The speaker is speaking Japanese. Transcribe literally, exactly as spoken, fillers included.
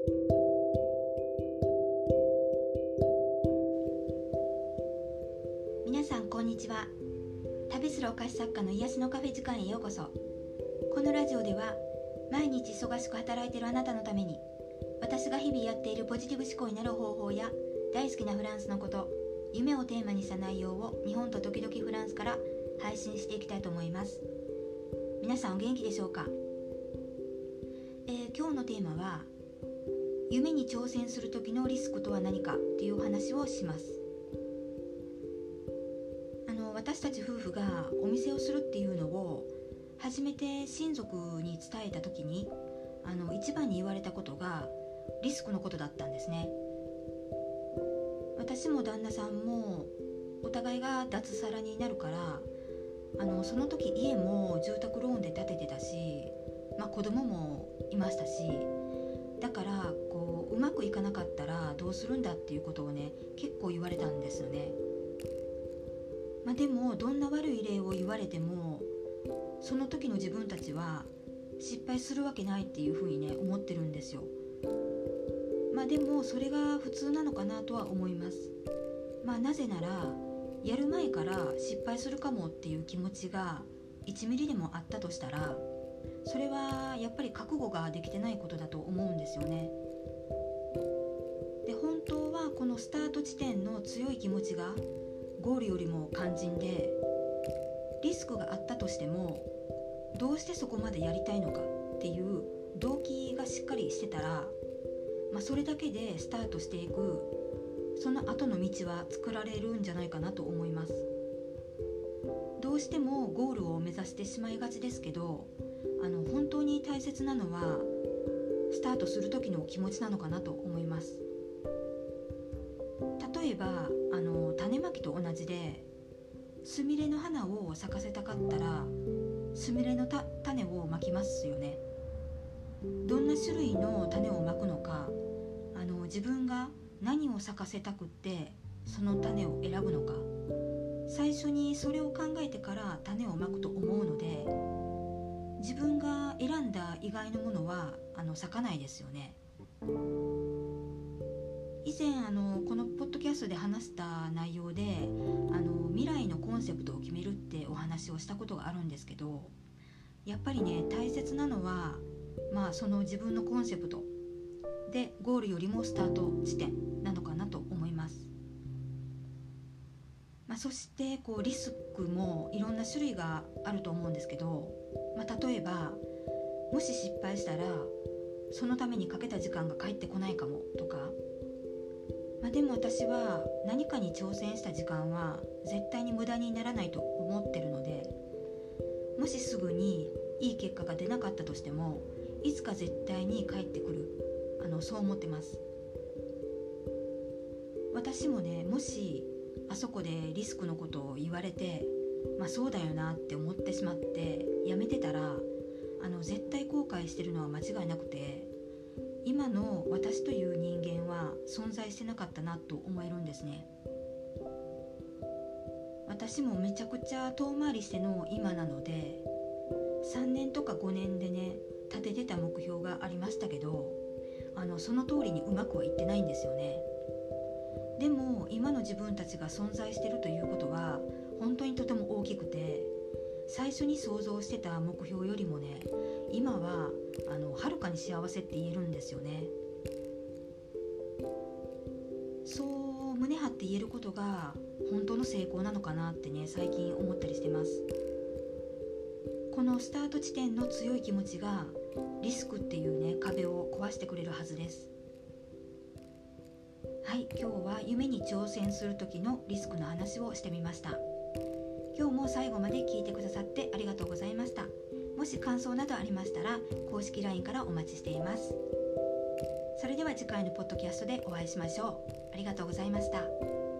皆さんこんにちは。旅するお菓子作家の癒しのカフェ時間へようこそ。このラジオでは毎日忙しく働いているあなたのために、私が日々やっているポジティブ思考になる方法や大好きなフランスのこと、夢をテーマにした内容を日本と時々フランスから配信していきたいと思います。皆さんお元気でしょうか？えー、今日のテーマは夢に挑戦する時のリスクとは何かというお話をします。あの私たち夫婦がお店をするっていうのを初めて親族に伝えた時に、あの一番に言われたことがリスクのことだったんですね。私も旦那さんもお互いが脱サラになるから、あのその時家も住宅ローンで建ててたし、まあ、子供もいましたし、だからこううまくいかなかったらどうするんだっていうことをね、結構言われたんですよね。まあ、でもどんな悪い例を言われても、その時の自分たちは失敗するわけないっていうふうにね思ってるんですよ。まあでもそれが普通なのかなとは思います。まあなぜならやる前から失敗するかもっていう気持ちがいちミリでもあったとしたら、それはやっぱり覚悟ができてないことだと思うんですよね。で、本当はこのスタート地点の強い気持ちがゴールよりも肝心で、リスクがあったとしてもどうしてそこまでやりたいのかっていう動機がしっかりしてたら、まあ、それだけでスタートしていく、その後の道は作られるんじゃないかなと思います。どうしてもゴールを目指してしまいがちですけど、あの本当に大切なのはスタートする時の気持ちなのかなと思います。例えばあの種まきと同じで、スミレの花を咲かせたかったらスミレのた種をまきますよね。どんな種類の種をまくのか、あの自分が何を咲かせたくってその種を選ぶのか、最初にそれを考えてから種をまくと思うので、自分が選んだ以外のものはあの咲かないですよね。以前あのこのポッドキャストで話した内容で、あの未来のコンセプトを決めるってお話をしたことがあるんですけど、やっぱりね大切なのは、まあその自分のコンセプトでゴールよりもスタート地点なのかなと思います。まあ、そしてこうリスクもいろんな種類があると思うんですけど、まあ、例えばもし失敗したらそのためにかけた時間が返ってこないかもとか、まあ、でも私は何かに挑戦した時間は絶対に無駄にならないと思ってるので、もしすぐにいい結果が出なかったとしても、いつか絶対に帰ってくる、あのそう思ってます。私もね、もしあそこでリスクのことを言われて、まあそうだよなって思ってしまってやめてたら、あの絶対後悔してるのは間違いなくて、今の私という人間は存在してなかったなと思えるんですね。私もめちゃくちゃ遠回りしての今なので、さんねんとかごねんでね立ててた目標がありましたけど、あのその通りにうまくはいってないんですよね。でも今の自分たちが存在しているということは本当にとても大きくて、最初に想像してた目標よりもね、今はあのはるかに幸せって言えるんですよね。そう胸張って言えることが本当の成功なのかなってね、最近思ったりしてます。このスタート地点の強い気持ちがリスクっていうね壁を壊してくれるはずです。はい、今日は夢に挑戦する時のリスクの話をしてみました。今日も最後まで聞いてくださってありがとうございました。もし感想などありましたら公式 ライン からお待ちしています。それでは次回のポッドキャストでお会いしましょう。ありがとうございました。